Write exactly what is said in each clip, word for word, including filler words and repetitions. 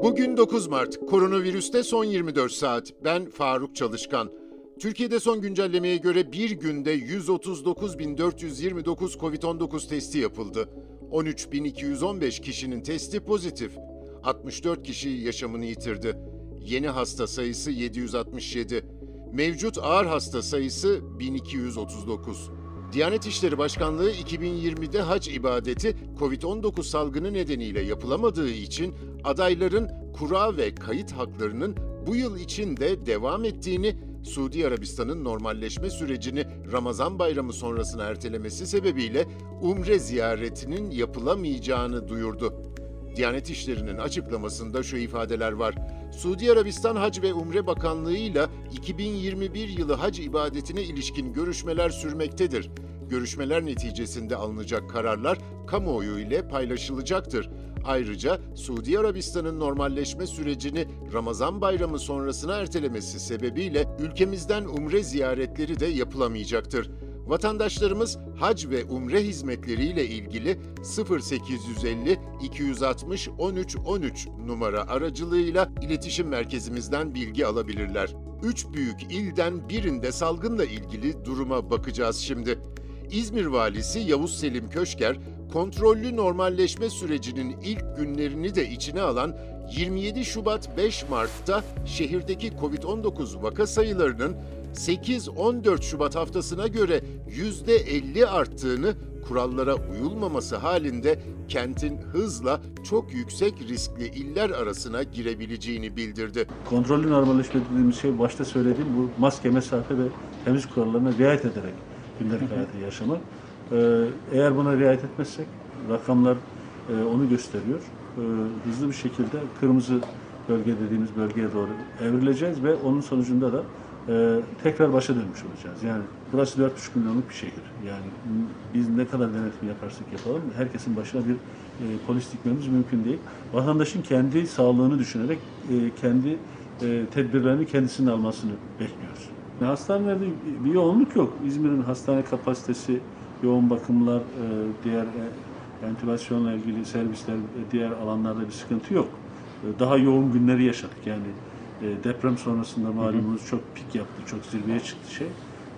Bugün dokuz Mart, koronavirüste son yirmi dört saat. Ben Faruk Çalışkan. Türkiye'de son güncellemeye göre bir günde yüz otuz dokuz bin dört yüz yirmi dokuz kovid on dokuz testi yapıldı. on üç bin iki yüz on beş kişinin testi pozitif. altmış dört kişi yaşamını yitirdi. Yeni hasta sayısı yedi yüz altmış yedi. Mevcut ağır hasta sayısı bin iki yüz otuz dokuz. Diyanet İşleri Başkanlığı iki bin yirmide hac ibadeti kovid on dokuz salgını nedeniyle yapılamadığı için adayların kura ve kayıt haklarının bu yıl için de devam ettiğini, Suudi Arabistan'ın normalleşme sürecini Ramazan bayramı sonrasına ertelemesi sebebiyle umre ziyaretinin yapılamayacağını duyurdu. Diyanet İşleri'nin açıklamasında şu ifadeler var. Suudi Arabistan Hac ve Umre Bakanlığı ile iki bin yirmi bir yılı hac ibadetine ilişkin görüşmeler sürmektedir. Görüşmeler neticesinde alınacak kararlar kamuoyu ile paylaşılacaktır. Ayrıca Suudi Arabistan'ın normalleşme sürecini Ramazan bayramı sonrasına ertelemesi sebebiyle ülkemizden umre ziyaretleri de yapılamayacaktır. Vatandaşlarımız hac ve umre hizmetleriyle ilgili sıfır sekiz yüz elli iki yüz altmış on üç on üç numara aracılığıyla iletişim merkezimizden bilgi alabilirler. Üç büyük ilden birinde salgınla ilgili duruma bakacağız şimdi. İzmir Valisi Yavuz Selim Köşker, kontrollü normalleşme sürecinin ilk günlerini de içine alan yirmi yedi Şubat beş Mart'ta şehirdeki kovid on dokuz vaka sayılarının sekiz on dört Şubat haftasına göre yüzde elli arttığını, kurallara uyulmaması halinde kentin hızla çok yüksek riskli iller arasına girebileceğini bildirdi. Kontrollü normalleşme dediğimiz şey başta söylediğim bu maske, mesafe ve temiz kurallarına riayet ederek gündelik hayatı yaşamak. Ee, eğer buna riayet etmezsek rakamlar e, onu gösteriyor. Ee, hızlı bir şekilde kırmızı bölge dediğimiz bölgeye doğru evrileceğiz ve onun sonucunda da e, tekrar başa dönmüş olacağız. Yani burası dört buçuk milyonluk bir şehir. Yani biz ne kadar denetim yaparsak yapalım herkesin başına bir e, polis dikmemiz mümkün değil. Vatandaşın kendi sağlığını düşünerek e, kendi e, tedbirlerini kendisinin almasını bekliyoruz. Hastanelerde bir yoğunluk yok. İzmir'in hastane kapasitesi, yoğun bakımlar, diğer entübasyonla ilgili servisler, diğer alanlarda bir sıkıntı yok. Daha yoğun günleri yaşadık. Yani deprem sonrasında malumunuz çok pik yaptı, çok zirveye çıktı şey,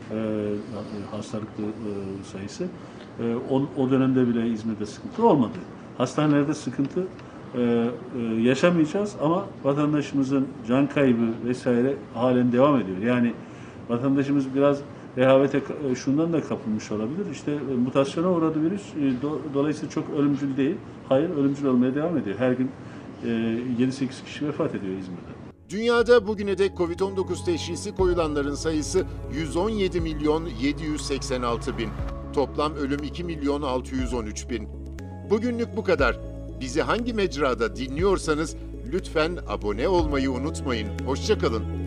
hastalıklı sayısı. O dönemde bile İzmir'de sıkıntı olmadı. Hastanelerde sıkıntı yaşamayacağız ama vatandaşımızın can kaybı vesaire halen devam ediyor. Yani vatandaşımız biraz rehavete şundan da kapılmış olabilir. İşte mutasyona uğradı virüs. Dolayısıyla çok ölümcül değil. Hayır, ölümcül olmaya devam ediyor. Her gün yedi sekiz kişi vefat ediyor İzmir'de. Dünyada bugüne dek kovid on dokuz teşhisi koyulanların sayısı yüz on yedi milyon yedi yüz seksen altı bin. Toplam ölüm iki milyon altı yüz on üç bin. Bugünlük bu kadar. Bizi hangi mecrada dinliyorsanız lütfen abone olmayı unutmayın. Hoşça kalın.